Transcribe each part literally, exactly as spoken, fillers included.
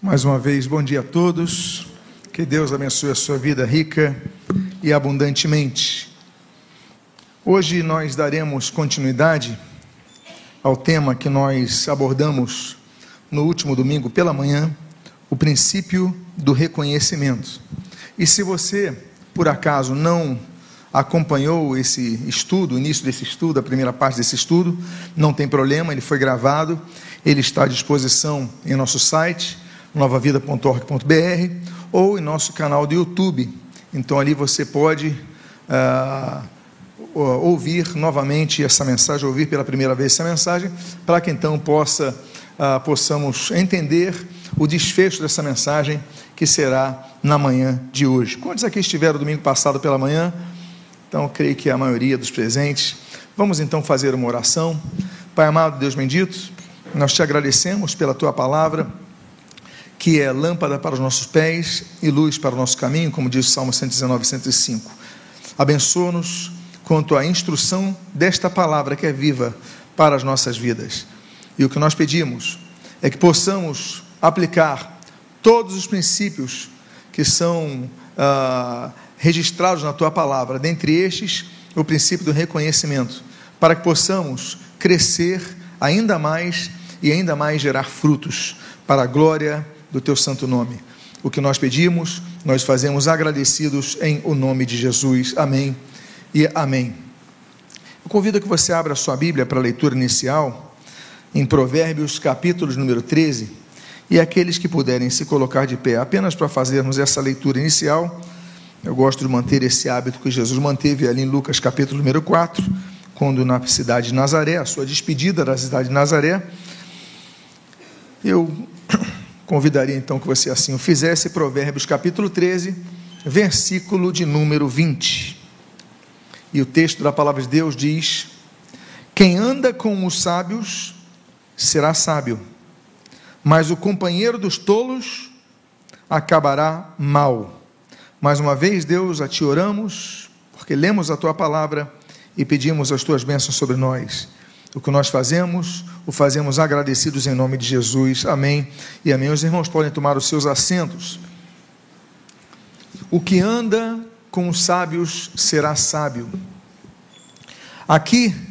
Mais uma vez, bom dia a todos, que Deus abençoe a sua vida rica e abundantemente. Hoje nós daremos continuidade ao tema que nós abordamos no último domingo pela manhã, o princípio do reconhecimento. E se você, por acaso, não acompanhou esse estudo, o início desse estudo, a primeira parte desse estudo, não tem problema, ele foi gravado, ele está à disposição em nosso site, nova vida ponto org ponto br, ou em nosso canal do YouTube. Então ali você pode ah, ouvir novamente essa mensagem, ouvir pela primeira vez essa mensagem, para que então possa, ah, possamos entender o desfecho dessa mensagem, que será na manhã de hoje. Quantos aqui estiveram domingo passado pela manhã? Então, eu creio que a maioria dos presentes. Vamos então fazer uma oração. Pai amado, Deus bendito, nós te agradecemos pela tua palavra, que é lâmpada para os nossos pés e luz para o nosso caminho, como diz o Salmo cento e dezenove, cento e cinco. Abençoa-nos quanto à instrução desta palavra que é viva para as nossas vidas. E o que nós pedimos é que possamos aplicar todos os princípios que são ah, registrados na tua palavra, dentre estes o princípio do reconhecimento, para que possamos crescer ainda mais e ainda mais gerar frutos para a glória do teu santo nome. O que nós pedimos, nós fazemos agradecidos em o nome de Jesus. Amém e amém. Eu convido que você abra a sua Bíblia para a leitura inicial em Provérbios, capítulo número treze, e aqueles que puderem se colocar de pé, apenas para fazermos essa leitura inicial. Eu gosto de manter esse hábito que Jesus manteve ali em Lucas capítulo número quatro, quando na cidade de Nazaré, a sua despedida da cidade de Nazaré. Eu convidaria então que você assim o fizesse. Provérbios capítulo treze, versículo de número vinte. E o texto da palavra de Deus diz: quem anda com os sábios será sábio, mas o companheiro dos tolos acabará mal. Mais uma vez, Deus, a ti oramos, porque lemos a tua palavra e pedimos as tuas bênçãos sobre nós. O que nós fazemos, o fazemos agradecidos em nome de Jesus. Amém e amém. Os irmãos podem tomar os seus assentos. O que anda com os sábios será sábio. Aqui,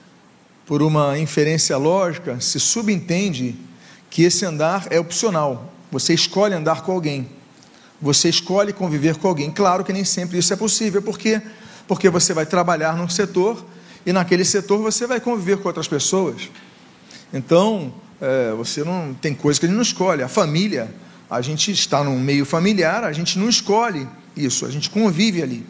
por uma inferência lógica, se subentende que esse andar é opcional. Você escolhe andar com alguém. Você escolhe conviver com alguém. Claro que nem sempre isso é possível. Por quê? Porque você vai trabalhar num setor e naquele setor você vai conviver com outras pessoas. Então, é, você não tem coisa que a gente não escolhe. A família, a gente está num meio familiar, a gente não escolhe isso, a gente convive ali.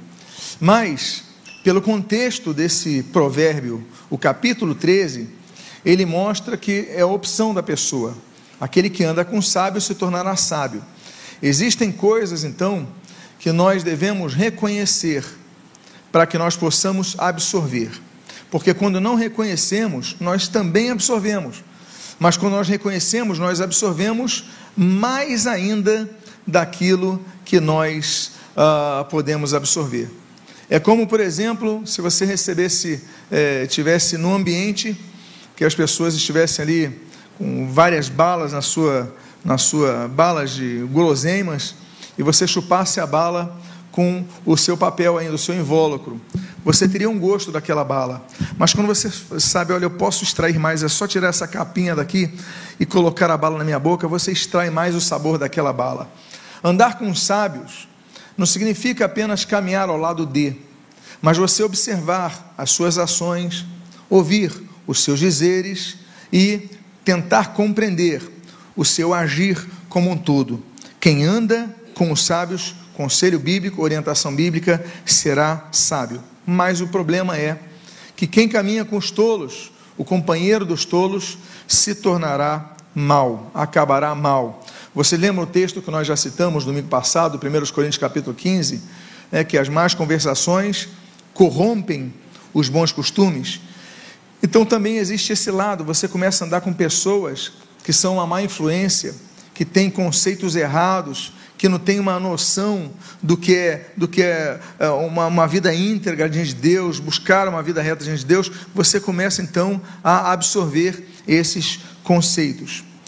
Mas, pelo contexto desse provérbio, o capítulo treze, ele mostra que é a opção da pessoa. Aquele que anda com sábio se tornará sábio. Existem coisas, então, que nós devemos reconhecer para que nós possamos absorver. Porque quando não reconhecemos, nós também absorvemos. Mas quando nós reconhecemos, nós absorvemos mais ainda daquilo que nós ah, podemos absorver. É como, por exemplo, se você recebesse, eh, tivesse num ambiente que as pessoas estivessem ali com várias balas na sua, na sua balas de guloseimas, e você chupasse a bala com o seu papel ainda, o seu invólucro, você teria um gosto daquela bala. Mas quando você sabe, olha, eu posso extrair mais, é só tirar essa capinha daqui e colocar a bala na minha boca, você extrai mais o sabor daquela bala. Andar com sábios não significa apenas caminhar ao lado de, mas você observar as suas ações, ouvir os seus dizeres e tentar compreender o seu agir como um todo. Quem anda com os sábios, conselho bíblico, orientação bíblica, será sábio. Mas o problema é que quem caminha com os tolos, o companheiro dos tolos, se tornará mal, acabará mal. Você lembra o texto que nós já citamos no domingo passado, primeira Coríntios capítulo quinze, é que as más conversações corrompem os bons costumes. Então também existe esse lado, você começa a andar com pessoas que são uma má influência, que têm conceitos errados, que não têm uma noção do que é, do que é uma, uma vida íntegra diante de Deus, buscar uma vida reta diante de Deus, você começa então a absorver esses conceitos.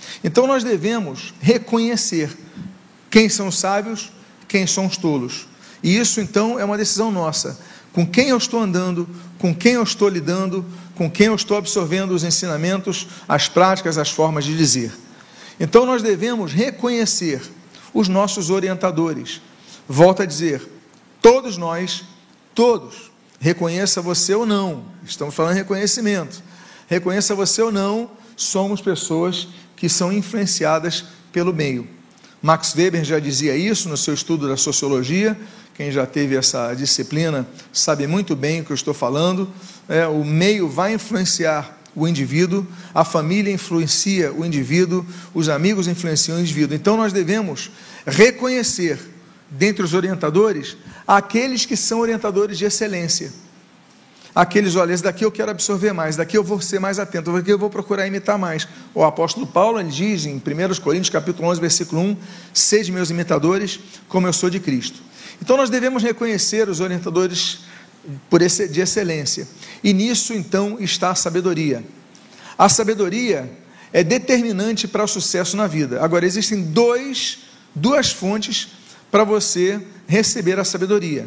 Então nós devemos reconhecer quem são os sábios, quem são os tolos. E isso então é uma decisão nossa. Com quem eu estou andando, com quem eu estou lidando, com quem eu estou absorvendo os ensinamentos, as práticas, as formas de dizer. Então nós devemos reconhecer os nossos orientadores. Volto a dizer, todos nós, todos, reconheça você ou não, estamos falando de reconhecimento, reconheça você ou não, somos pessoas que são influenciadas pelo meio. Max Weber já dizia isso no seu estudo da sociologia. Quem já teve essa disciplina sabe muito bem o que eu estou falando. É, o meio vai influenciar o indivíduo, a família influencia o indivíduo, os amigos influenciam o indivíduo. Então nós devemos reconhecer, dentre os orientadores, aqueles que são orientadores de excelência. Aqueles, olha, esse daqui eu quero absorver mais, daqui eu vou ser mais atento, daqui eu vou procurar imitar mais. O apóstolo Paulo, ele diz em primeira Coríntios, capítulo onze, versículo um, sede meus imitadores, como eu sou de Cristo. Então nós devemos reconhecer os orientadores por esse, de excelência, e nisso então está a sabedoria. A sabedoria é determinante para o sucesso na vida. Agora, existem dois, duas fontes para você receber a sabedoria.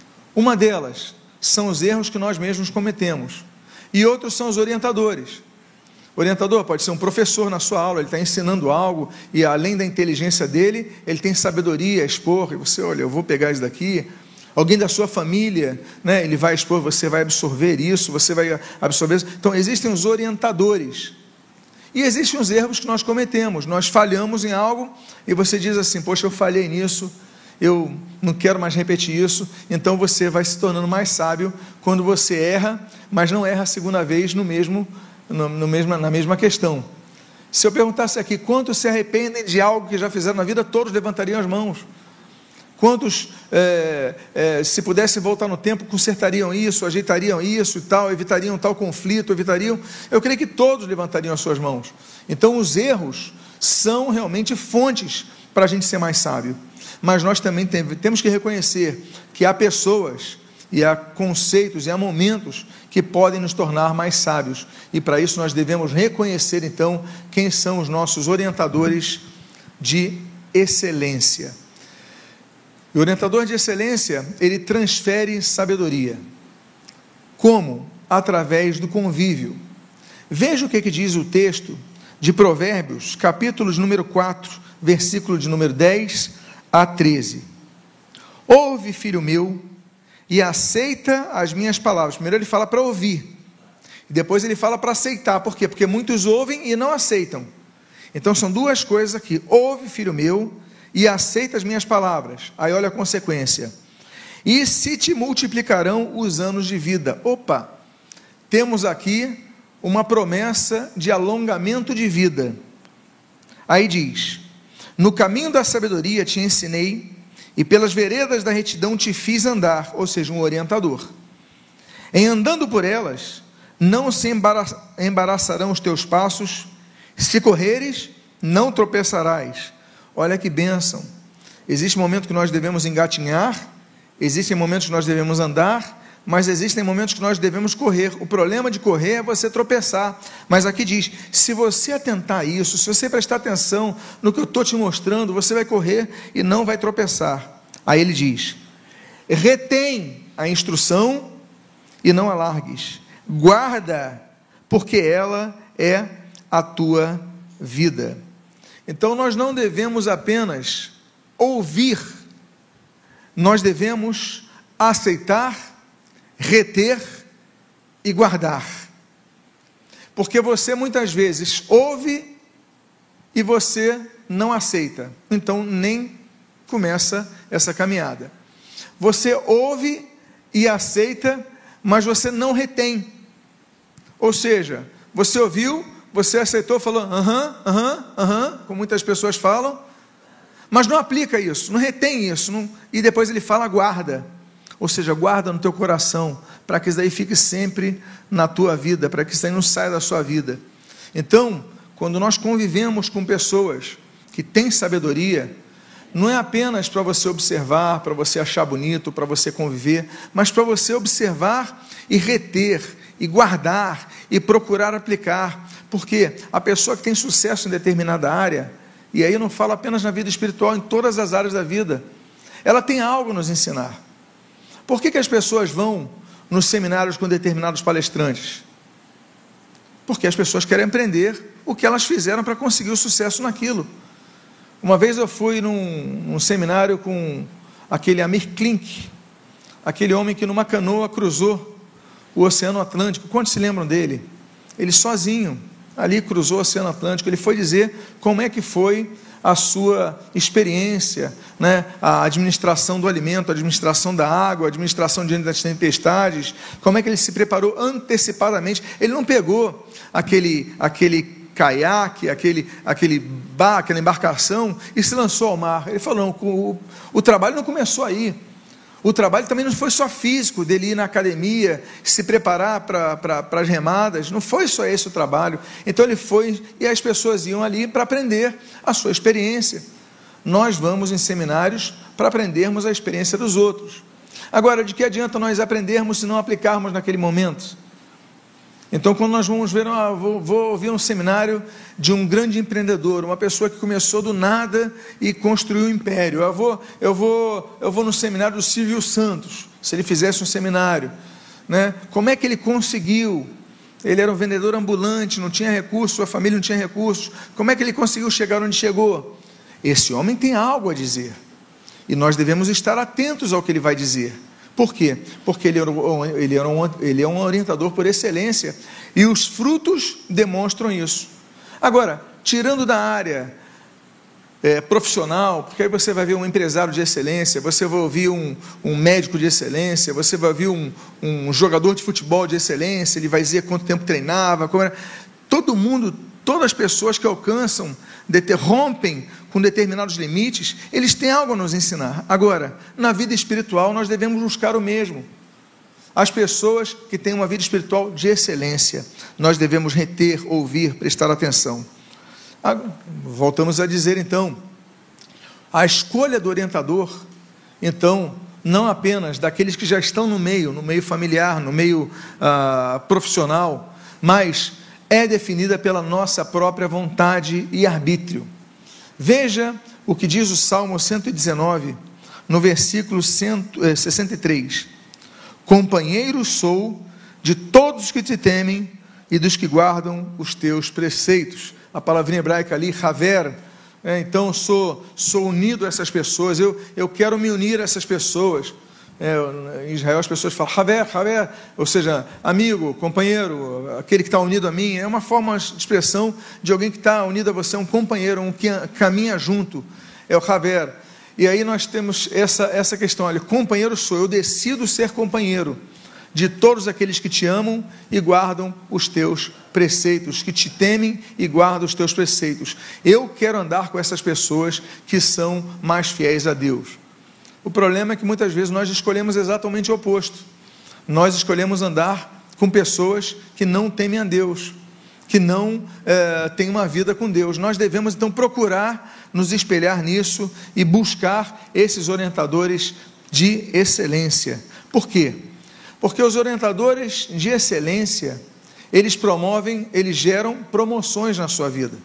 Uma delas são os erros que nós mesmos cometemos, e outros são os orientadores. O orientador pode ser um professor na sua aula, ele está ensinando algo, e além da inteligência dele, ele tem sabedoria a expor, e você, olha, eu vou pegar isso daqui. Alguém da sua família, né, ele vai expor, você vai absorver isso, você vai absorver isso. Então existem os orientadores, e existem os erros que nós cometemos. Nós falhamos em algo, e você diz assim, poxa, eu falhei nisso, eu não quero mais repetir isso. Então você vai se tornando mais sábio quando você erra, mas não erra a segunda vez no mesmo, no, no mesmo, na mesma questão. Se eu perguntasse aqui, quantos se arrependem de algo que já fizeram na vida, todos levantariam as mãos. Quantos, é, é, se pudessem voltar no tempo, consertariam isso, ajeitariam isso e tal, evitariam tal conflito, evitariam... Eu creio que todos levantariam as suas mãos. Então os erros são realmente fontes para a gente ser mais sábio. Mas nós também tem, temos que reconhecer que há pessoas, e há conceitos, e há momentos que podem nos tornar mais sábios, e para isso nós devemos reconhecer então quem são os nossos orientadores de excelência. O orientador de excelência, ele transfere sabedoria. Como? Através do convívio. Veja o que, que diz o texto de Provérbios, capítulo número quatro, versículo de número dez a treze. Ouve, filho meu, e aceita as minhas palavras. Primeiro ele fala para ouvir, e depois ele fala para aceitar. Por quê? Porque muitos ouvem e não aceitam. Então são duas coisas aqui. Ouve, filho meu, e aceita as minhas palavras. Aí olha a consequência. E se te multiplicarão os anos de vida. Opa, temos aqui uma promessa de alongamento de vida. Aí diz, no caminho da sabedoria te ensinei, e pelas veredas da retidão te fiz andar, ou seja, um orientador. Em andando por elas, não se embaraçarão os teus passos, se correres, não tropeçarás. Olha que bênção. Existe um momento que nós devemos engatinhar, existem momentos que nós devemos andar, mas existem momentos que nós devemos correr. O problema de correr é você tropeçar, mas aqui diz, se você atentar a isso, se você prestar atenção no que eu estou te mostrando, você vai correr e não vai tropeçar. Aí ele diz, retém a instrução e não alargues, guarda, porque ela é a tua vida. Então nós não devemos apenas ouvir, nós devemos aceitar, reter e guardar. Porque você muitas vezes ouve e você não aceita, então nem começa essa caminhada. Você ouve e aceita, mas você não retém. Ou seja, você ouviu, você aceitou, falou aham, aham, aham, como muitas pessoas falam, mas não aplica isso, não retém isso, não, e depois ele fala guarda, ou seja, guarda no teu coração, para que isso daí fique sempre na tua vida, para que isso daí não saia da sua vida. Então, quando nós convivemos com pessoas que têm sabedoria, não é apenas para você observar, para você achar bonito, para você conviver, mas para você observar e reter e guardar e procurar aplicar, porque a pessoa que tem sucesso em determinada área, e aí eu não falo apenas na vida espiritual, em todas as áreas da vida, ela tem algo a nos ensinar. Por que que as pessoas vão nos seminários com determinados palestrantes? Porque as pessoas querem aprender o que elas fizeram para conseguir o sucesso naquilo. Uma vez eu fui num, num seminário com aquele Amir Klink, aquele homem que numa canoa cruzou o Oceano Atlântico. Quantos se lembram dele? Ele sozinho ali cruzou o Oceano Atlântico. Ele foi dizer como é que foi a sua experiência, né? A administração do alimento, a administração da água, a administração diante das tempestades, como é que ele se preparou antecipadamente. Ele não pegou aquele, aquele caiaque, aquele, aquele bar, aquela embarcação e se lançou ao mar. Ele falou, não, o, o trabalho não começou aí. O trabalho também não foi só físico, dele ir na academia, se preparar para as remadas, não foi só esse o trabalho. Então ele foi, e as pessoas iam ali para aprender a sua experiência. Nós vamos em seminários para aprendermos a experiência dos outros. Agora, de que adianta nós aprendermos se não aplicarmos naquele momento? Então, quando nós vamos ver, ah, vou, vou ouvir um seminário de um grande empreendedor, uma pessoa que começou do nada e construiu um império. Eu vou, eu vou, eu vou no seminário do Silvio Santos, se ele fizesse um seminário, né? Como é que ele conseguiu? Ele era um vendedor ambulante, não tinha recursos, sua família não tinha recursos. Como é que ele conseguiu chegar onde chegou? Esse homem tem algo a dizer, e nós devemos estar atentos ao que ele vai dizer. Por quê? Porque ele, ele, era um, ele é um orientador por excelência, e os frutos demonstram isso. Agora, tirando da área é, profissional, porque aí você vai ver um empresário de excelência, você vai ouvir um, um médico de excelência, você vai ouvir um, um jogador de futebol de excelência, ele vai dizer quanto tempo treinava, como era. Todo mundo, todas as pessoas que alcançam, rompem com determinados limites, eles têm algo a nos ensinar. Agora, na vida espiritual, nós devemos buscar o mesmo. As pessoas que têm uma vida espiritual de excelência, nós devemos reter, ouvir, prestar atenção. Voltamos a dizer, então, a escolha do orientador, então, não apenas daqueles que já estão no meio, no meio familiar, no meio ah, profissional, mas é definida pela nossa própria vontade e arbítrio. Veja o que diz o Salmo cento e dezenove, no versículo sessenta e três. Companheiro sou de todos os que te temem e dos que guardam os teus preceitos. A palavrinha hebraica ali, haver, é, então sou, sou unido a essas pessoas, eu, eu quero me unir a essas pessoas. É, em Israel as pessoas falam haver, haver, ou seja, amigo, companheiro, aquele que está unido a mim. É uma forma de expressão de alguém que está unido a você, um companheiro, um que caminha junto, é o haver. E aí nós temos essa, essa questão, olha, companheiro sou, eu decido ser companheiro de todos aqueles que te amam e guardam os teus preceitos, que te temem e guardam os teus preceitos. Eu quero andar com essas pessoas que são mais fiéis a Deus. O problema é que muitas vezes nós escolhemos exatamente o oposto. Nós escolhemos andar com pessoas que não temem a Deus, que não é, têm uma vida com Deus. Nós devemos então procurar nos espelhar nisso e buscar esses orientadores de excelência. Por quê? Porque os orientadores de excelência, eles promovem, eles geram promoções na sua vida.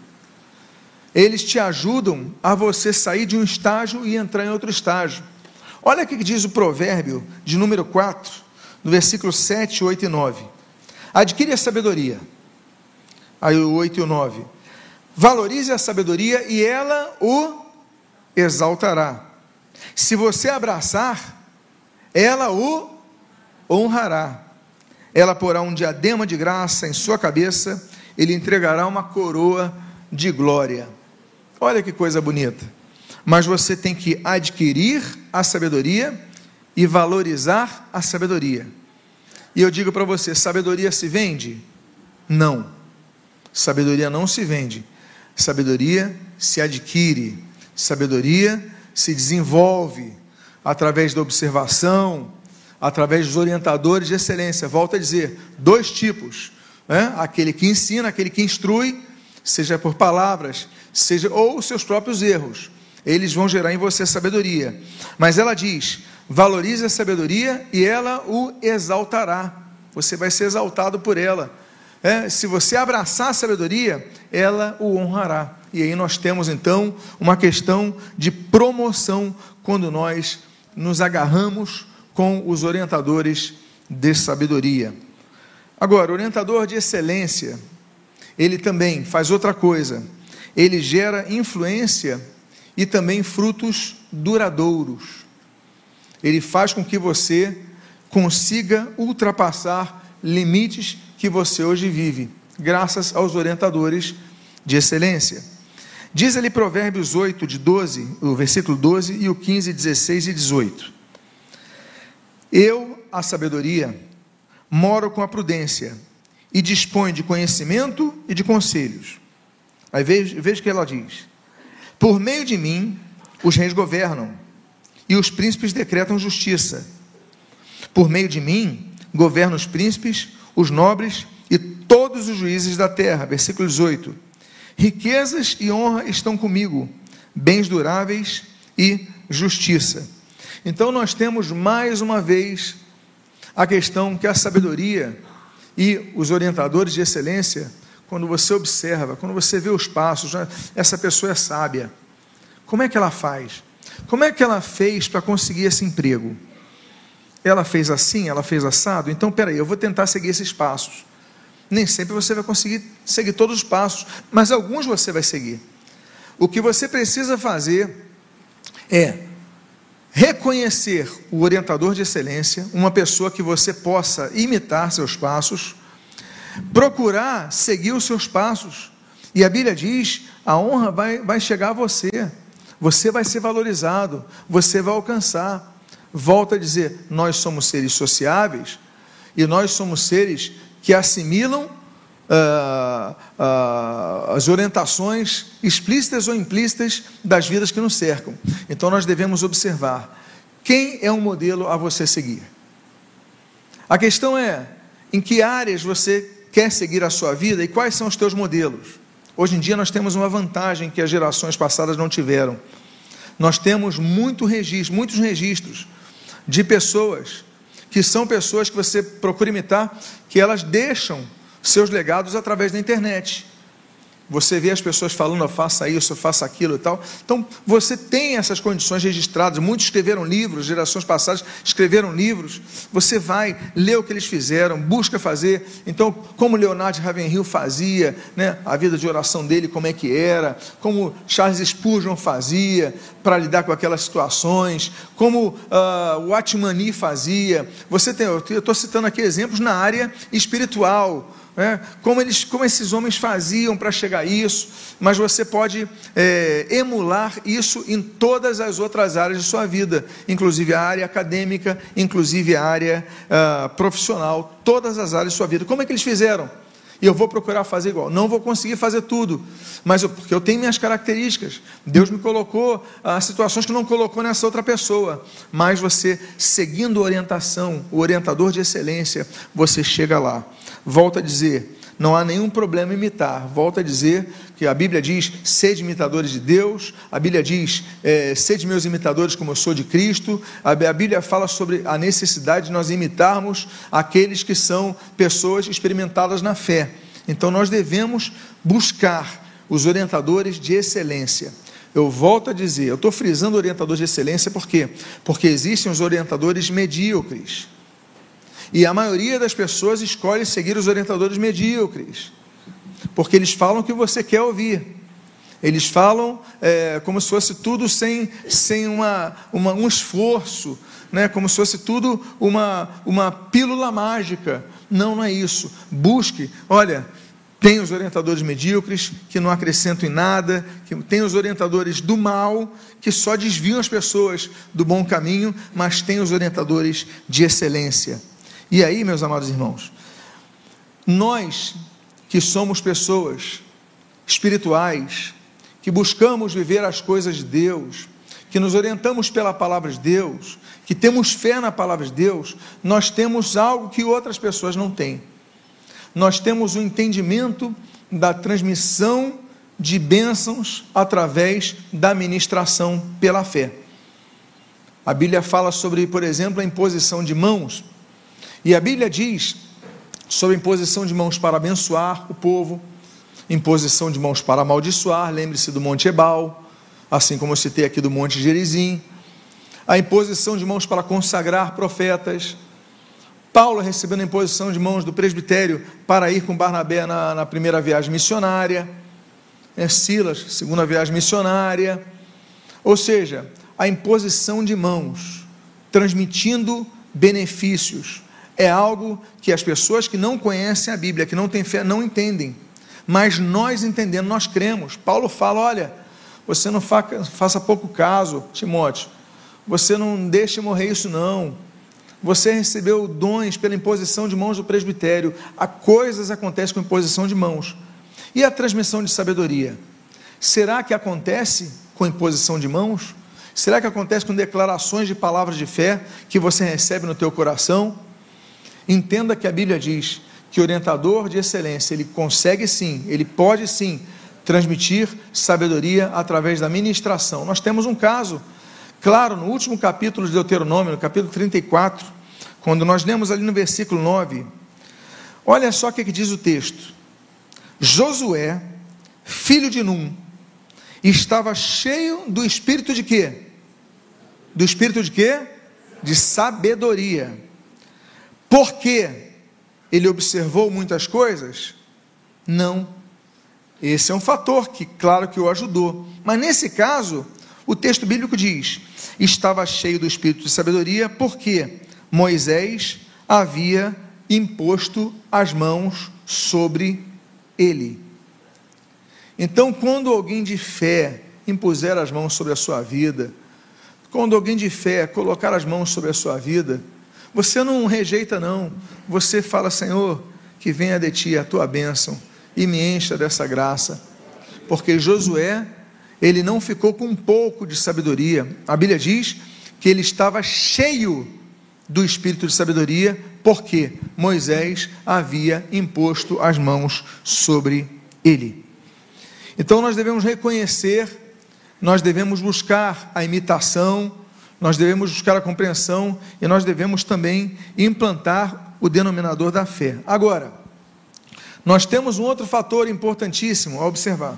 Eles te ajudam a você sair de um estágio e entrar em outro estágio. Olha o que diz o provérbio de número quatro, no versículo sete, oito e nove. Adquire a sabedoria. Aí o oito e o nove. Valorize a sabedoria e ela o exaltará. Se você abraçar, ela o honrará. Ela porá um diadema de graça em sua cabeça, ele entregará uma coroa de glória. Olha que coisa bonita. Mas você tem que adquirir a sabedoria e valorizar a sabedoria. E eu digo para você, sabedoria se vende? Não. Sabedoria não se vende. Sabedoria se adquire. Sabedoria se desenvolve através da observação, através dos orientadores de excelência. Volto a dizer, dois tipos, né? Aquele que ensina, aquele que instrui, seja por palavras, seja ou seus próprios erros. Eles vão gerar em você sabedoria. Mas ela diz, valorize a sabedoria e ela o exaltará. você vai ser exaltado por ela. É, se você abraçar a sabedoria, ela o honrará. E aí nós temos então uma questão de promoção quando nós nos agarramos com os orientadores de sabedoria. Agora, o orientador de excelência, ele também faz outra coisa, ele gera influência e também frutos duradouros. Ele faz com que você consiga ultrapassar limites que você hoje vive, graças aos orientadores de excelência. Diz ali Provérbios oito, de doze, o versículo doze, e o quinze, dezesseis e dezoito. Eu, a sabedoria, moro com a prudência, e disponho de conhecimento e de conselhos. Aí veja, veja o que ela diz. Por meio de mim, os reis governam, e os príncipes decretam justiça. Por meio de mim, governam os príncipes, os nobres e todos os juízes da terra. Versículo dezoito. Riquezas e honra estão comigo, bens duráveis e justiça. Então nós temos mais uma vez a questão que a sabedoria e os orientadores de excelência, quando você observa, quando você vê os passos, essa pessoa é sábia. Como é que ela faz? Como é que ela fez para conseguir esse emprego? Ela fez assim, ela fez assado? Então, peraí, eu vou tentar seguir esses passos. Nem sempre você vai conseguir seguir todos os passos, mas alguns você vai seguir. O que você precisa fazer é reconhecer o orientador de excelência, uma pessoa que você possa imitar seus passos, procurar seguir os seus passos, e a Bíblia diz, a honra vai, vai chegar a você, você vai ser valorizado, você vai alcançar. Volto a dizer, nós somos seres sociáveis, e nós somos seres que assimilam ah, ah, as orientações explícitas ou implícitas das vidas que nos cercam. Então nós devemos observar quem é um modelo a você seguir. A questão é, em que áreas você quer seguir a sua vida e quais são os teus modelos? Hoje em dia nós temos uma vantagem que as gerações passadas não tiveram. Nós temos muito registro, muitos registros de pessoas que são pessoas que você procura imitar, que elas deixam seus legados através da internet. Você vê as pessoas falando, faça isso, faça aquilo e tal. Então, você tem essas condições registradas. Muitos escreveram livros, gerações passadas escreveram livros. Você vai ler o que eles fizeram, busca fazer. Então, como Leonard Ravenhill fazia, né, a vida de oração dele, como é que era, como Charles Spurgeon fazia para lidar com aquelas situações, como uh, o Atmani fazia. Você tem, eu estou citando aqui exemplos na área espiritual, É, como, eles, como esses homens faziam para chegar a isso, mas você pode é, emular isso em todas as outras áreas de sua vida, inclusive a área acadêmica, inclusive a área ah, profissional, todas as áreas de sua vida. Como é que eles fizeram? E eu vou procurar fazer igual. Não vou conseguir fazer tudo, mas eu, porque eu tenho minhas características. Deus me colocou ah, situações que não colocou nessa outra pessoa, mas você, seguindo a orientação, o orientador de excelência, você chega lá. Volto a dizer, não há nenhum problema em imitar. Volto a dizer que a Bíblia diz, sede imitadores de Deus. A Bíblia diz, é, sede meus imitadores como eu sou de Cristo. A Bíblia fala sobre a necessidade de nós imitarmos aqueles que são pessoas experimentadas na fé. Então nós devemos buscar os orientadores de excelência. Eu volto a dizer, eu estou frisando orientadores de excelência, por quê? Porque existem os orientadores medíocres. E a maioria das pessoas escolhe seguir os orientadores medíocres, porque eles falam o que você quer ouvir. Eles falam é, como se fosse tudo sem, sem uma, uma, um esforço, né? Como se fosse tudo uma, uma pílula mágica. Não, não é isso. Busque, olha, tem os orientadores medíocres, que não acrescentam em nada, que tem os orientadores do mal, que só desviam as pessoas do bom caminho, mas tem os orientadores de excelência. E aí, meus amados irmãos, nós que somos pessoas espirituais, que buscamos viver as coisas de Deus, que nos orientamos pela palavra de Deus, que temos fé na palavra de Deus, nós temos algo que outras pessoas não têm. Nós temos o entendimento da transmissão de bênçãos através da ministração pela fé. A Bíblia fala sobre, por exemplo, a imposição de mãos. E a Bíblia diz sob imposição de mãos para abençoar o povo, imposição de mãos para amaldiçoar, lembre-se do Monte Ebal, assim como eu citei aqui do Monte Gerizim, a imposição de mãos para consagrar profetas, Paulo recebendo a imposição de mãos do presbitério para ir com Barnabé na, na primeira viagem missionária, é, Silas, segunda viagem missionária, ou seja, a imposição de mãos, transmitindo benefícios, é algo que as pessoas que não conhecem a Bíblia, que não têm fé, não entendem, mas nós entendemos, nós cremos. Paulo fala, olha, você não faça, faça pouco caso, Timóteo, você não deixe morrer isso não, você recebeu dons pela imposição de mãos do presbitério, há coisas acontecem com imposição de mãos, e a transmissão de sabedoria, será que acontece com imposição de mãos? Será que acontece com declarações de palavras de fé, que você recebe no teu coração? Entenda que a Bíblia diz, que o orientador de excelência, ele consegue sim, ele pode sim, transmitir sabedoria através da ministração. Nós temos um caso, claro, no último capítulo de Deuteronômio, no capítulo trinta e quatro, quando nós lemos ali no versículo nove, olha só o que, que diz o texto, Josué, filho de Num, estava cheio do espírito de quê? Do espírito de quê? De sabedoria, porque ele observou muitas coisas? Não, esse é um fator que, claro que o ajudou, mas nesse caso, o texto bíblico diz, estava cheio do espírito de sabedoria, porque Moisés havia imposto as mãos sobre ele. Então, quando alguém de fé impuser as mãos sobre a sua vida, quando alguém de fé colocar as mãos sobre a sua vida, você não rejeita não, você fala, Senhor, que venha de ti a tua bênção, e me encha dessa graça, porque Josué, ele não ficou com um pouco de sabedoria, a Bíblia diz que ele estava cheio do espírito de sabedoria, porque Moisés havia imposto as mãos sobre ele. Então nós devemos reconhecer, nós devemos buscar a imitação, nós devemos buscar a compreensão, e nós devemos também implantar o denominador da fé. Agora, nós temos um outro fator importantíssimo a observar.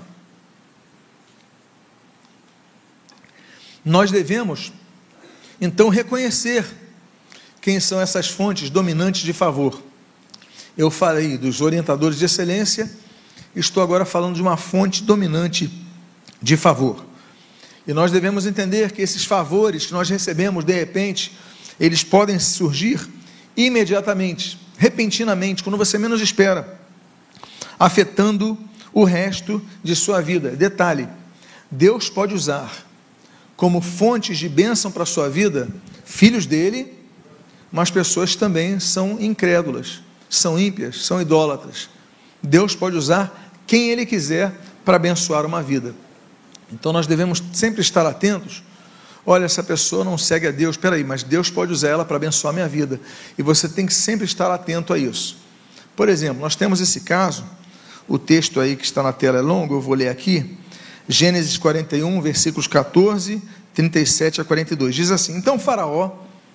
Nós devemos, então, reconhecer quem são essas fontes dominantes de favor. Eu falei dos orientadores de excelência, estou agora falando de uma fonte dominante de favor. E nós devemos entender que esses favores que nós recebemos, de repente, eles podem surgir imediatamente, repentinamente, quando você menos espera, afetando o resto de sua vida. Detalhe, Deus pode usar como fontes de bênção para a sua vida, filhos dele, mas pessoas que também são incrédulas, são ímpias, são idólatras. Deus pode usar quem ele quiser para abençoar uma vida. Então nós devemos sempre estar atentos, olha, essa pessoa não segue a Deus, espera aí, mas Deus pode usar ela para abençoar a minha vida, e você tem que sempre estar atento a isso. Por exemplo, nós temos esse caso, o texto aí que está na tela é longo, eu vou ler aqui, Gênesis quarenta e um, versículos catorze, trinta e sete a quarenta e dois, diz assim, então Faraó,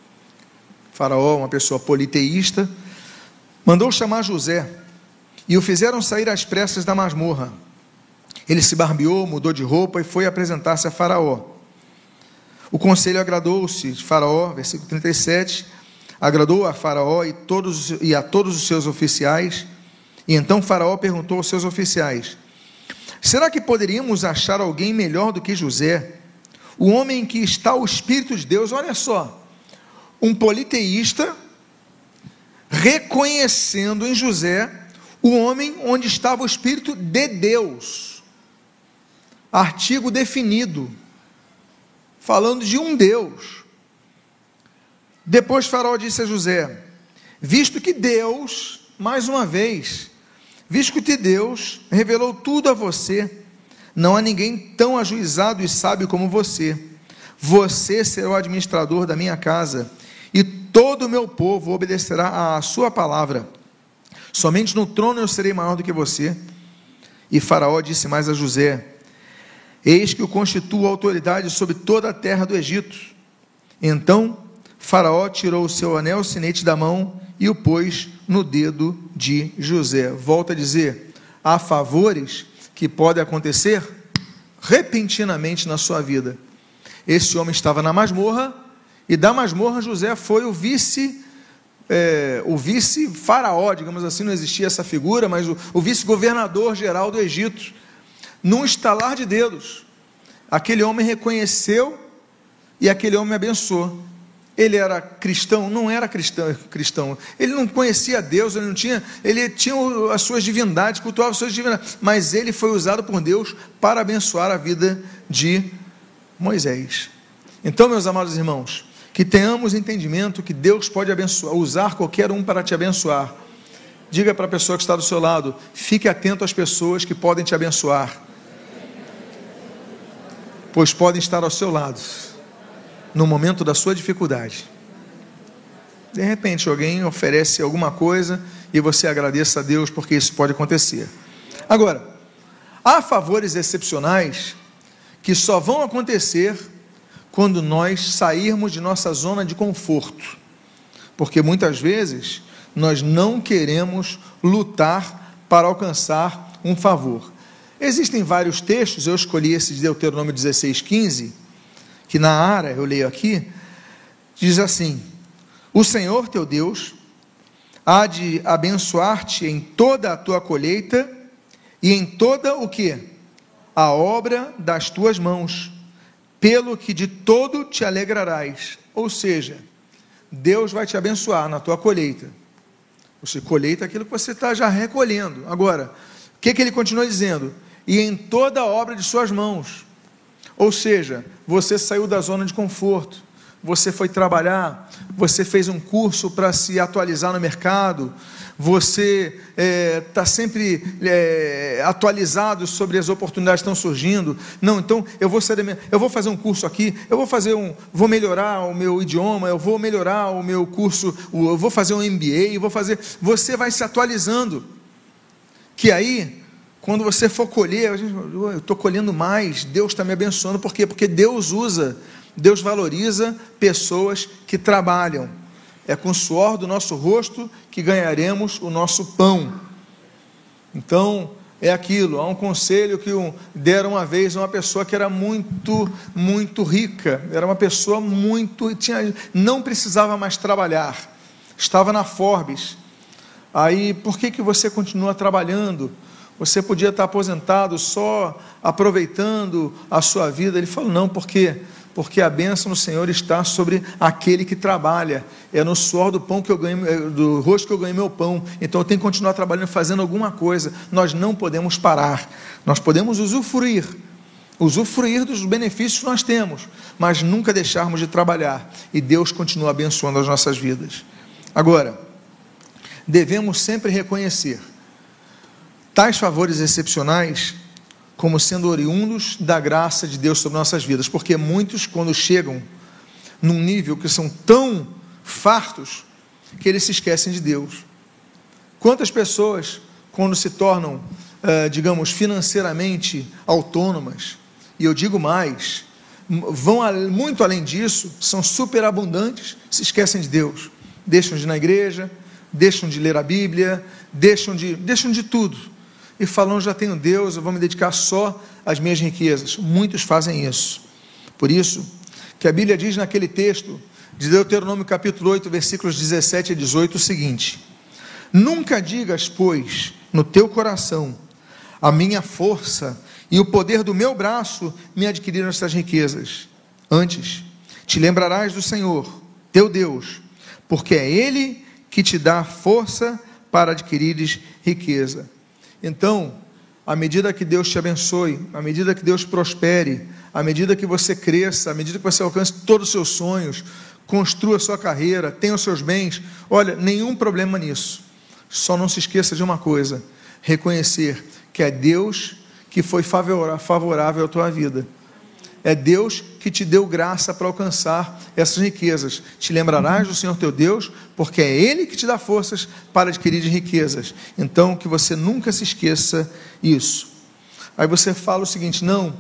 Faraó, uma pessoa politeísta, mandou chamar José, e o fizeram sair às pressas da masmorra. Ele se barbeou, mudou de roupa e foi apresentar-se a Faraó. O conselho agradou-se de Faraó, versículo trinta e sete, agradou a Faraó e, todos, e a todos os seus oficiais, e então Faraó perguntou aos seus oficiais, será que poderíamos achar alguém melhor do que José, o homem em que está o Espírito de Deus? Olha só, um politeísta reconhecendo em José o homem onde estava o Espírito de Deus, artigo definido, falando de um Deus. Depois Faraó disse a José, visto que Deus, mais uma vez, visto que Deus revelou tudo a você, não há ninguém tão ajuizado e sábio como você, você será o administrador da minha casa, e todo o meu povo obedecerá à sua palavra, somente no trono eu serei maior do que você. E Faraó disse mais a José, eis que o constituo autoridade sobre toda a terra do Egito. Então Faraó tirou o seu anel sinete da mão e o pôs no dedo de José. Volto a dizer, há favores que podem acontecer repentinamente na sua vida. Esse homem estava na masmorra, e da masmorra José foi o vice, é, o vice-faraó, digamos assim, não existia essa figura, mas o, o vice-governador geral do Egito. Num estalar de dedos, aquele homem reconheceu e aquele homem abençoou. Ele era cristão? Não era cristão, cristão. Ele não conhecia Deus, ele não tinha, ele tinha as suas divindades, cultuava as suas divindades, mas ele foi usado por Deus para abençoar a vida de Moisés. Então, meus amados irmãos, que tenhamos entendimento que Deus pode abençoar, usar qualquer um para te abençoar. Diga para a pessoa que está do seu lado, fique atento às pessoas que podem te abençoar, pois podem estar ao seu lado no momento da sua dificuldade. De repente alguém oferece alguma coisa e você agradeça a Deus, porque isso pode acontecer. Agora, há favores excepcionais que só vão acontecer quando nós sairmos de nossa zona de conforto, porque muitas vezes nós não queremos lutar para alcançar um favor. Existem vários textos, eu escolhi esse de Deuteronômio dezesseis, quinze, que na área, eu leio aqui, diz assim: o Senhor teu Deus há de abençoar-te em toda a tua colheita e em toda o que? A obra das tuas mãos, pelo que de todo te alegrarás. Ou seja, Deus vai te abençoar na tua colheita. Você colheita aquilo que você está já recolhendo. Agora, o que, que ele continua dizendo? E em toda a obra de suas mãos. Ou seja, você saiu da zona de conforto, você foi trabalhar, você fez um curso para se atualizar no mercado, você está é, sempre é, atualizado sobre as oportunidades que estão surgindo. Não, então eu vou, ser, eu vou fazer um curso aqui, eu vou fazer um, vou melhorar o meu idioma, eu vou melhorar o meu curso, eu vou fazer um M B A, eu vou fazer. Você vai se atualizando, que aí, quando você for colher, eu estou colhendo mais, Deus está me abençoando. Por quê? Porque Deus usa, Deus valoriza pessoas que trabalham. É com o suor do nosso rosto que ganharemos o nosso pão. Então, é aquilo, há um conselho que deram uma vez a uma pessoa que era muito, muito rica, era uma pessoa muito, tinha, não precisava mais trabalhar, estava na Forbes. Aí, por que, que você continua trabalhando? Você podia estar aposentado só aproveitando a sua vida. Ele falou, não, por quê? Porque a bênção do Senhor está sobre aquele que trabalha. É no suor do pão que eu ganho, do rosto que eu ganho meu pão. Então eu tenho que continuar trabalhando, fazendo alguma coisa. Nós não podemos parar. Nós podemos usufruir, usufruir dos benefícios que nós temos, mas nunca deixarmos de trabalhar. E Deus continua abençoando as nossas vidas. Agora, devemos sempre reconhecer tais favores excepcionais como sendo oriundos da graça de Deus sobre nossas vidas, porque muitos, quando chegam num nível que são tão fartos, que eles se esquecem de Deus. Quantas pessoas, quando se tornam, eh, digamos, financeiramente autônomas, e eu digo mais, vão a, muito além disso, são superabundantes, se esquecem de Deus, deixam de ir na igreja, deixam de ler a Bíblia, deixam de, deixam de tudo, e falam, já tenho Deus, eu vou me dedicar só às minhas riquezas. Muitos fazem isso. Por isso, que a Bíblia diz naquele texto, de Deuteronômio capítulo oito, versículos dezessete a dezoito, o seguinte: nunca digas, pois, no teu coração, a minha força e o poder do meu braço me adquiriram estas riquezas. Antes, te lembrarás do Senhor, teu Deus, porque é Ele que te dá força para adquirires riqueza. Então, à medida que Deus te abençoe, à medida que Deus prospere, à medida que você cresça, à medida que você alcance todos os seus sonhos, construa a sua carreira, tenha os seus bens, olha, nenhum problema nisso. Só não se esqueça de uma coisa: reconhecer que é Deus que foi favorável à tua vida. É Deus que te deu graça para alcançar essas riquezas. Te lembrarás do Senhor teu Deus, porque é Ele que te dá forças para adquirir riquezas. Então, que você nunca se esqueça isso. Aí você fala o seguinte: não,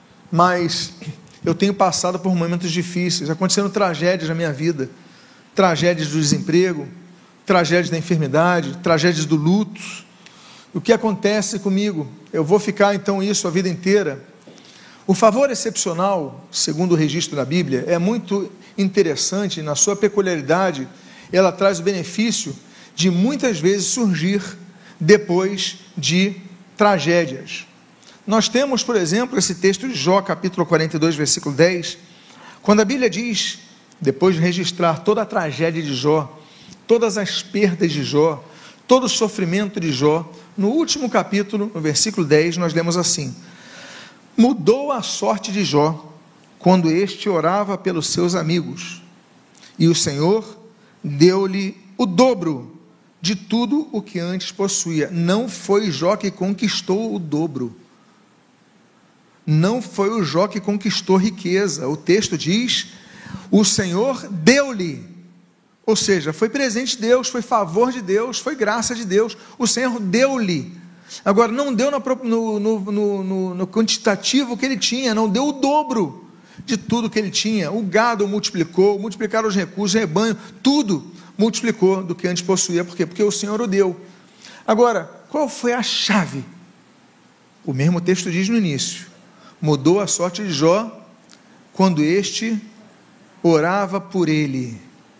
mas eu tenho passado por momentos difíceis, acontecendo tragédias na minha vida, tragédias do desemprego, tragédias da enfermidade, tragédias do luto. O que acontece comigo? Eu vou ficar então isso a vida inteira? O favor excepcional, segundo o registro da Bíblia, é muito interessante na sua peculiaridade. Ela traz o benefício de muitas vezes surgir depois de tragédias. Nós temos, por exemplo, esse texto de Jó, capítulo quarenta e dois, versículo dez, quando a Bíblia diz, depois de registrar toda a tragédia de Jó, todas as perdas de Jó, todo o sofrimento de Jó, no último capítulo, no versículo dez, nós lemos assim: mudou a sorte de Jó, quando este orava pelos seus amigos, e o Senhor deu-lhe o dobro de tudo o que antes possuía. Não foi Jó que conquistou o dobro, não foi o Jó que conquistou riqueza. O texto diz, o Senhor deu-lhe, ou seja, foi presente de Deus, foi favor de Deus, foi graça de Deus, o Senhor deu-lhe. Agora, não deu no, no, no, no, no quantitativo que ele tinha, não deu o dobro de tudo que ele tinha. O gado multiplicou, multiplicaram os recursos, o rebanho, tudo multiplicou do que antes possuía. Por quê? Porque o Senhor o deu. Agora, qual foi a chave? O mesmo texto diz no início, mudou a sorte de Jó, quando este orava por ele.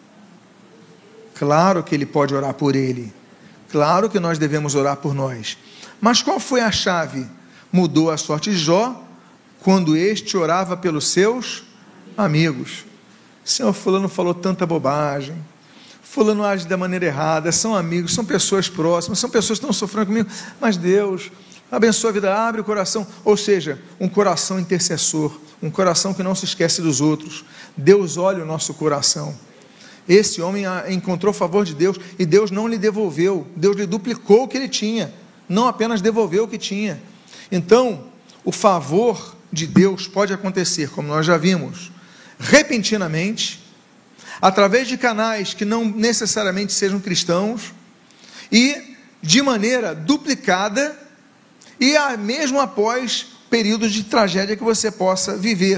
Claro que ele pode orar por ele, claro que nós devemos orar por nós, mas qual foi a chave? Mudou a sorte de Jó, quando este orava pelos seus amigos. Senhor, fulano falou tanta bobagem, fulano age da maneira errada, são amigos, são pessoas próximas, são pessoas que estão sofrendo comigo, mas Deus abençoa a vida, abre o coração, ou seja, um coração intercessor, um coração que não se esquece dos outros. Deus olha o nosso coração. Esse homem encontrou o favor de Deus, e Deus não lhe devolveu, Deus lhe duplicou o que ele tinha, não apenas devolveu o que tinha. Então, o favor de Deus pode acontecer, como nós já vimos, repentinamente, através de canais que não necessariamente sejam cristãos, e de maneira duplicada, e mesmo após períodos de tragédia que você possa viver.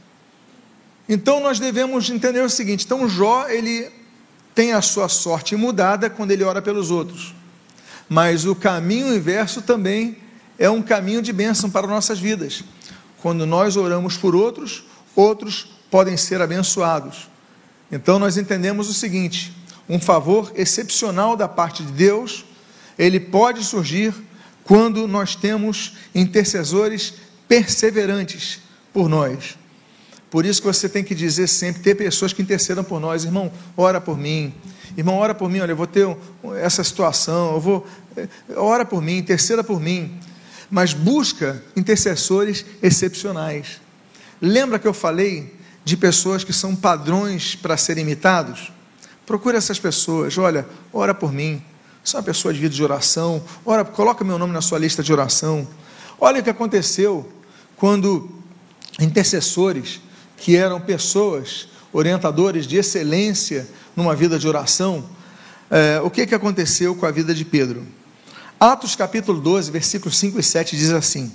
Então nós devemos entender o seguinte: então Jó, ele tem a sua sorte mudada quando ele ora pelos outros, mas o caminho inverso também é um caminho de bênção para nossas vidas. Quando nós oramos por outros, outros podem ser abençoados. Então nós entendemos o seguinte: um favor excepcional da parte de Deus, ele pode surgir quando nós temos intercessores perseverantes por nós. Por isso que você tem que dizer sempre, ter pessoas que intercedam por nós. Irmão, ora por mim, irmão, ora por mim, olha, eu vou ter um, essa situação, eu vou, ora por mim, interceda por mim, mas busca intercessores excepcionais. Lembra que eu falei de pessoas que são padrões para serem imitados? Procure essas pessoas, olha, ora por mim, sou uma pessoa de vida de oração, ora, coloca meu nome na sua lista de oração. Olha o que aconteceu quando intercessores, que eram pessoas, orientadores de excelência numa vida de oração, é, o que, que aconteceu com a vida de Pedro? Atos capítulo doze, versículos cinco e sete diz assim: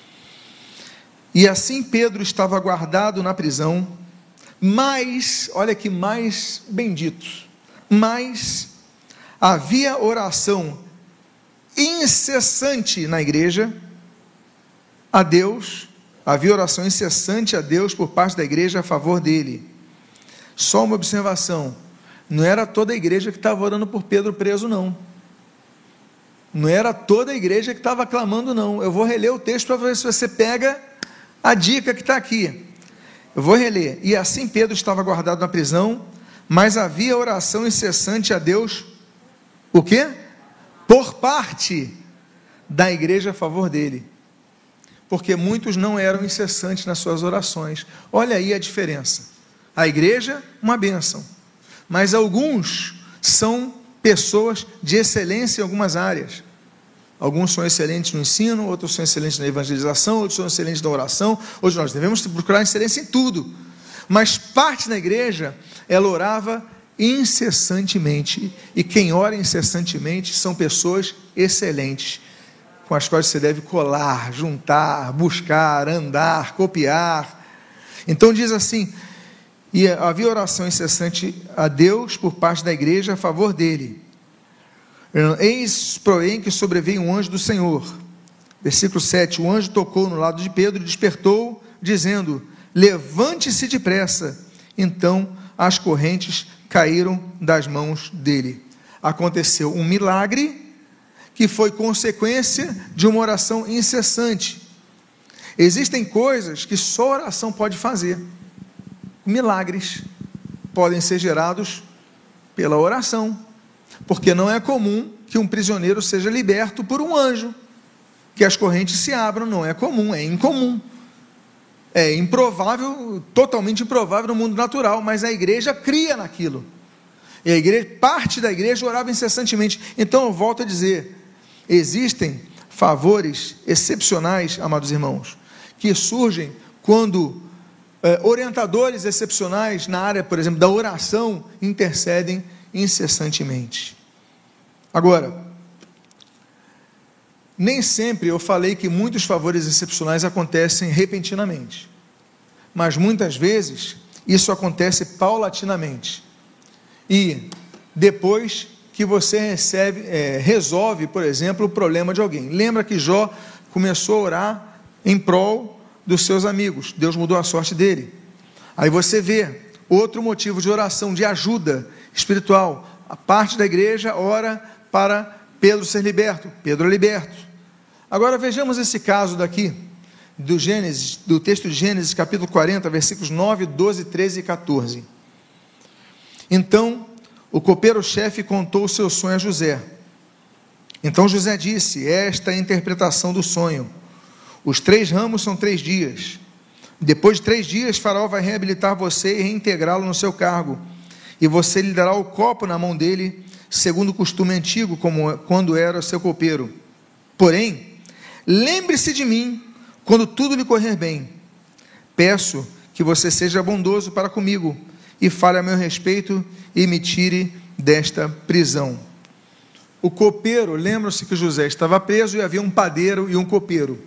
e assim Pedro estava guardado na prisão, mas, olha que mais bendito, mas havia oração incessante na igreja a Deus. Havia oração incessante a Deus por parte da igreja a favor dele. Só uma observação: não era toda a igreja que estava orando por Pedro preso, não. Não era toda a igreja que estava clamando, não. Eu vou reler o texto para ver se você pega a dica que está aqui. Eu vou reler. E assim Pedro estava guardado na prisão, mas havia oração incessante a Deus, o quê? Por parte da igreja a favor dele. Porque muitos não eram incessantes nas suas orações. Olha aí a diferença. A igreja, uma bênção, mas alguns são pessoas de excelência em algumas áreas. Alguns são excelentes no ensino, outros são excelentes na evangelização, outros são excelentes na oração, outros nós devemos procurar excelência em tudo. Mas parte da igreja, ela orava incessantemente, e quem ora incessantemente são pessoas excelentes, com as quais você deve colar, juntar, buscar, andar, copiar. Então diz assim: e havia oração incessante a Deus por parte da igreja a favor dele, Eis, porém, que sobreveio um anjo do Senhor. Versículo sete, o anjo tocou no lado de Pedro e despertou, dizendo, levante-se depressa. Então as correntes caíram das mãos dele. Aconteceu um milagre que foi consequência de uma oração incessante. Existem coisas que só a oração pode fazer. Milagres podem ser gerados pela oração, porque não é comum que um prisioneiro seja liberto por um anjo, que as correntes se abram, não é comum, é incomum. É improvável, totalmente improvável no mundo natural, mas a igreja cria naquilo. E a igreja, parte da igreja orava incessantemente. Então eu volto a dizer, existem favores excepcionais, amados irmãos, que surgem quando é, orientadores excepcionais na área, por exemplo, da oração, intercedem incessantemente. Agora, nem sempre eu falei que muitos favores excepcionais acontecem repentinamente, mas muitas vezes isso acontece paulatinamente, e depois que você recebe, é, resolve, por exemplo, o problema de alguém. Lembra que Jó começou a orar em prol dos seus amigos, Deus mudou a sorte dele. Aí você vê outro motivo de oração, de ajuda espiritual, a parte da igreja ora para Pedro ser liberto, Pedro é liberto. Agora vejamos esse caso daqui, do Gênesis, do texto de Gênesis, capítulo quarenta, versículos nove, doze, treze e quatorze. Então, o copeiro-chefe contou o seu sonho a José. Então José disse, esta é a interpretação do sonho. Os três ramos são três dias. Depois de três dias, Faraó vai reabilitar você e reintegrá-lo no seu cargo. E você lhe dará o copo na mão dele, segundo o costume antigo, como quando era seu copeiro. Porém, lembre-se de mim, quando tudo lhe correr bem. Peço que você seja bondoso para comigo, e fale a meu respeito, e me tire desta prisão. O copeiro, lembram-se que José estava preso, e havia um padeiro e um copeiro.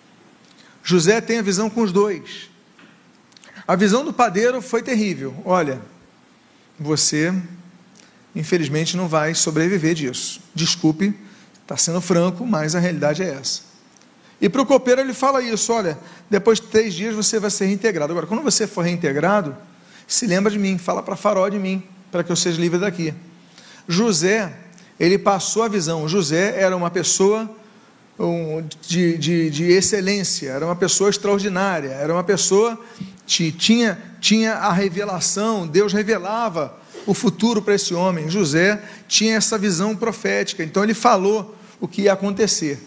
José tem a visão com os dois. A visão do padeiro foi terrível. Olha, você, infelizmente, não vai sobreviver disso. Desculpe, está sendo franco, mas a realidade é essa. E para o copeiro ele fala isso, olha, depois de três dias você vai ser reintegrado. Agora, quando você for reintegrado, se lembra de mim, fala para Faraó de mim, para que eu seja livre daqui. José, ele passou a visão. José era uma pessoa um, de, de, de excelência, era uma pessoa extraordinária, era uma pessoa que tinha, tinha a revelação, Deus revelava o futuro para esse homem. José tinha essa visão profética, então ele falou o que ia acontecer.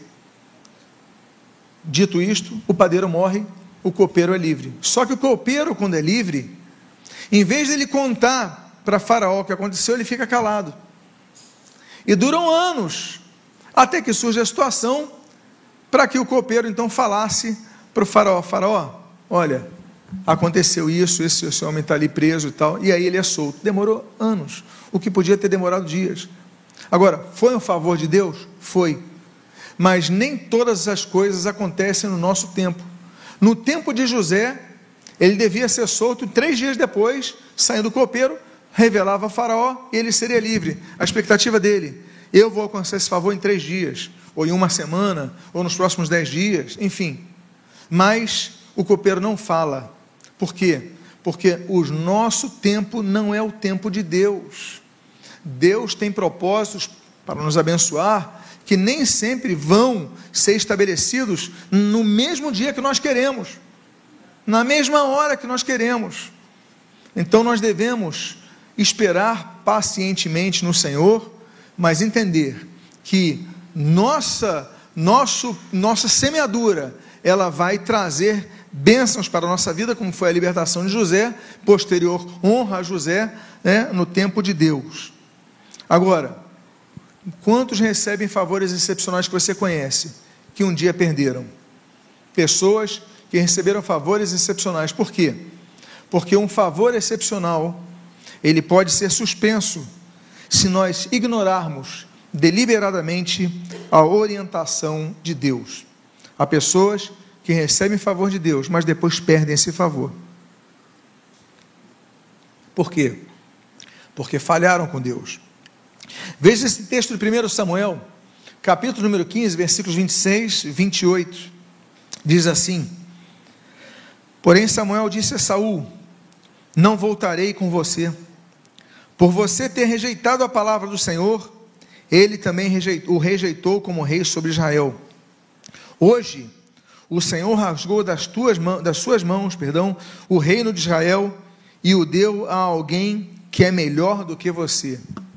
Dito isto, o padeiro morre, o copeiro é livre. Só que o copeiro, quando é livre, em vez de ele contar para Faraó o que aconteceu, ele fica calado. E duram anos, até que surge a situação para que o copeiro então falasse para o Faraó, Faraó, olha, aconteceu isso, esse, esse homem está ali preso e tal, e aí ele é solto. Demorou anos, o que podia ter demorado dias. Agora, foi um favor de Deus? Foi. Mas nem todas as coisas acontecem no nosso tempo. No tempo de José, ele devia ser solto, três dias depois, saindo do copeiro, revelava a Faraó e ele seria livre. A expectativa dele, eu vou alcançar esse favor em três dias, ou em uma semana, ou nos próximos dez dias, enfim. Mas o copeiro não fala. Por quê? Porque o nosso tempo não é o tempo de Deus. Deus tem propósitos para nos abençoar, que nem sempre vão ser estabelecidos no mesmo dia que nós queremos, na mesma hora que nós queremos. Então nós devemos esperar pacientemente no Senhor, mas entender que nossa, nosso, nossa semeadura, ela vai trazer bênçãos para a nossa vida, como foi a libertação de José, posterior honra a José, né, no tempo de Deus. Agora, quantos recebem favores excepcionais que você conhece, que um dia perderam? Pessoas que receberam favores excepcionais. Por quê? Porque um favor excepcional, ele pode ser suspenso, se nós ignorarmos deliberadamente a orientação de Deus. Há pessoas que recebem favor de Deus, mas depois perdem esse favor. Por quê? Porque falharam com Deus. Veja esse texto de primeiro Samuel, capítulo número quinze, versículos vinte e seis e vinte e oito, diz assim: porém Samuel disse a Saul: não voltarei com você, por você ter rejeitado a palavra do Senhor, ele também rejeitou, o rejeitou como rei sobre Israel. Hoje, o Senhor rasgou das, tuas mãos, das suas mãos perdão, o reino de Israel e o deu a alguém que é melhor do que você.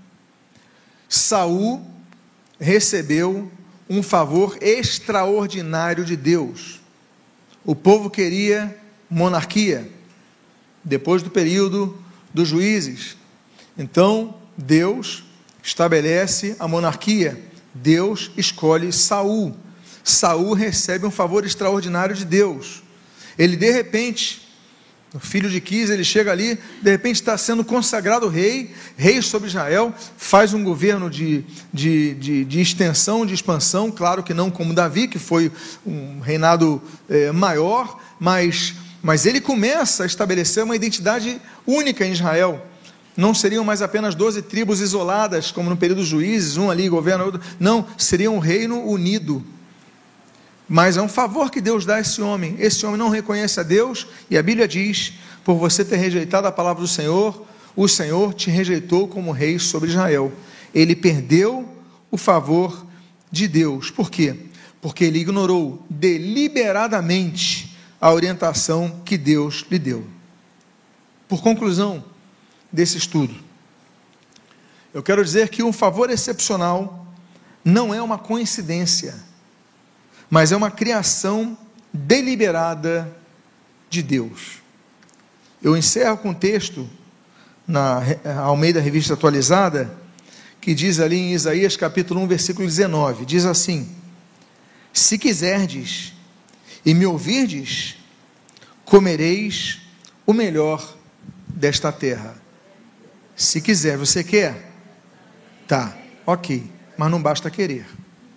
Saul recebeu um favor extraordinário de Deus. O povo queria monarquia, depois do período dos juízes. Então, Deus estabelece a monarquia. Deus escolhe Saul. Saul recebe um favor extraordinário de Deus. Ele, de repente, o filho de Quis, ele chega ali, de repente está sendo consagrado rei, rei sobre Israel, faz um governo de, de, de, de extensão, de expansão, claro que não como Davi, que foi um reinado é, maior, mas, mas ele começa a estabelecer uma identidade única em Israel. Não seriam mais apenas doze tribos isoladas, como no período dos juízes, um ali governa, outro. Não, seria um reino unido. Mas é um favor que Deus dá a esse homem. Esse homem não reconhece a Deus, e a Bíblia diz: por você ter rejeitado a palavra do Senhor, o Senhor te rejeitou como rei sobre Israel. Ele perdeu o favor de Deus. Por quê? Porque ele ignorou deliberadamente a orientação que Deus lhe deu. Por conclusão desse estudo, eu quero dizer que um favor excepcional não é uma coincidência, mas é uma criação deliberada de Deus. Eu encerro com um texto na Almeida Revista Atualizada, que diz ali em Isaías capítulo um, versículo dezenove, diz assim: se quiserdes e me ouvirdes, comereis o melhor desta terra. Se quiser, você quer? Tá, ok, mas não basta querer.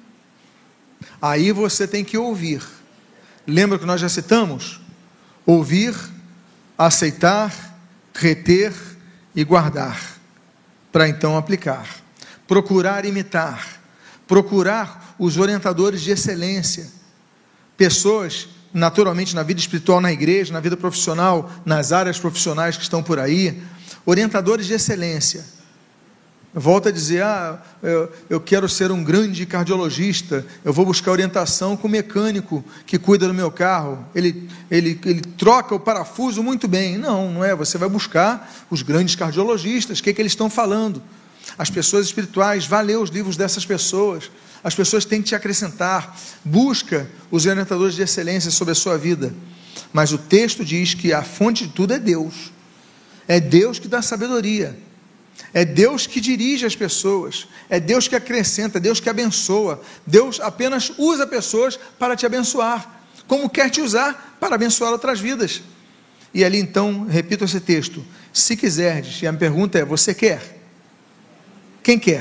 Aí você tem que ouvir. Lembra que nós já citamos? Ouvir, aceitar, reter e guardar, para então aplicar. Procurar imitar, procurar os orientadores de excelência, pessoas, naturalmente na vida espiritual, na igreja, na vida profissional, nas áreas profissionais que estão por aí, orientadores de excelência. Volta a dizer: ah, eu, eu quero ser um grande cardiologista, eu vou buscar orientação com o mecânico que cuida do meu carro, ele, ele, ele troca o parafuso muito bem. Não, não é, você vai buscar os grandes cardiologistas, o que, é que eles estão falando. As pessoas espirituais, vá ler os livros dessas pessoas, as pessoas têm que te acrescentar, busca os orientadores de excelência sobre a sua vida. Mas o texto diz que a fonte de tudo é Deus, é Deus que dá sabedoria, é Deus que dirige as pessoas, é Deus que acrescenta, é Deus que abençoa. Deus apenas usa pessoas para te abençoar, como quer te usar para abençoar outras vidas. E ali então, repito esse texto: se quiserdes, e a minha pergunta é: você quer? Quem quer?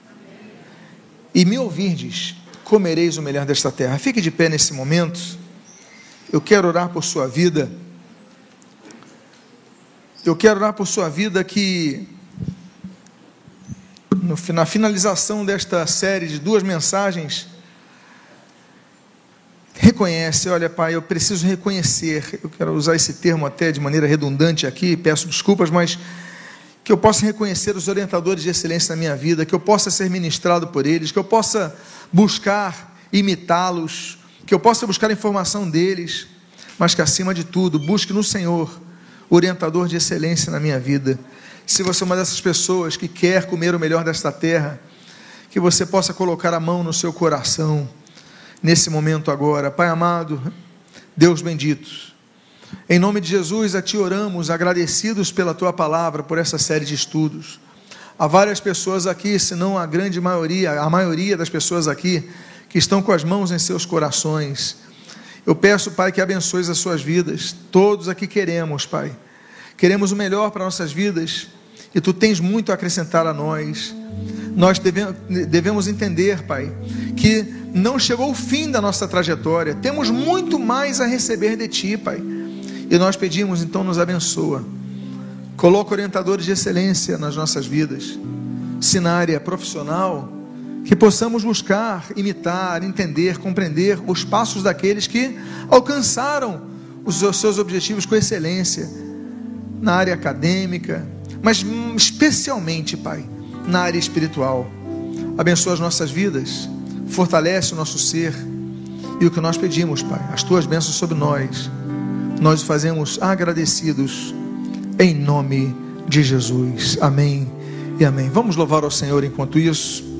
E me ouvirdes, comereis o melhor desta terra. Fique de pé nesse momento. Eu quero orar por sua vida. Eu quero orar por sua vida que, no, na finalização desta série de duas mensagens, reconhece, olha Pai, eu preciso reconhecer, eu quero usar esse termo até de maneira redundante aqui, peço desculpas, mas que eu possa reconhecer os orientadores de excelência na minha vida, que eu possa ser ministrado por eles, que eu possa buscar imitá-los, que eu possa buscar a informação deles, mas que acima de tudo, busque no Senhor orientador de excelência na minha vida. Se você é uma dessas pessoas que quer comer o melhor desta terra, que você possa colocar a mão no seu coração, nesse momento agora. Pai amado, Deus bendito, em nome de Jesus a Ti oramos, agradecidos pela Tua palavra, por essa série de estudos. Há várias pessoas aqui, se não a grande maioria, a maioria das pessoas aqui, que estão com as mãos em seus corações. Eu peço, Pai, que abençoes as suas vidas. Todos aqui queremos, Pai, queremos o melhor para nossas vidas, e Tu tens muito a acrescentar a nós. Nós devemos, devemos entender, Pai, que não chegou o fim da nossa trajetória, temos muito mais a receber de Ti, Pai, e nós pedimos, então nos abençoa, coloca orientadores de excelência nas nossas vidas, se na área profissional, que possamos buscar, imitar, entender, compreender os passos daqueles que alcançaram os seus objetivos com excelência, na área acadêmica, mas especialmente, Pai, na área espiritual. Abençoa as nossas vidas, fortalece o nosso ser, e o que nós pedimos, Pai, as Tuas bênçãos sobre nós, nós o fazemos agradecidos, em nome de Jesus, amém e amém. Vamos louvar ao Senhor enquanto isso.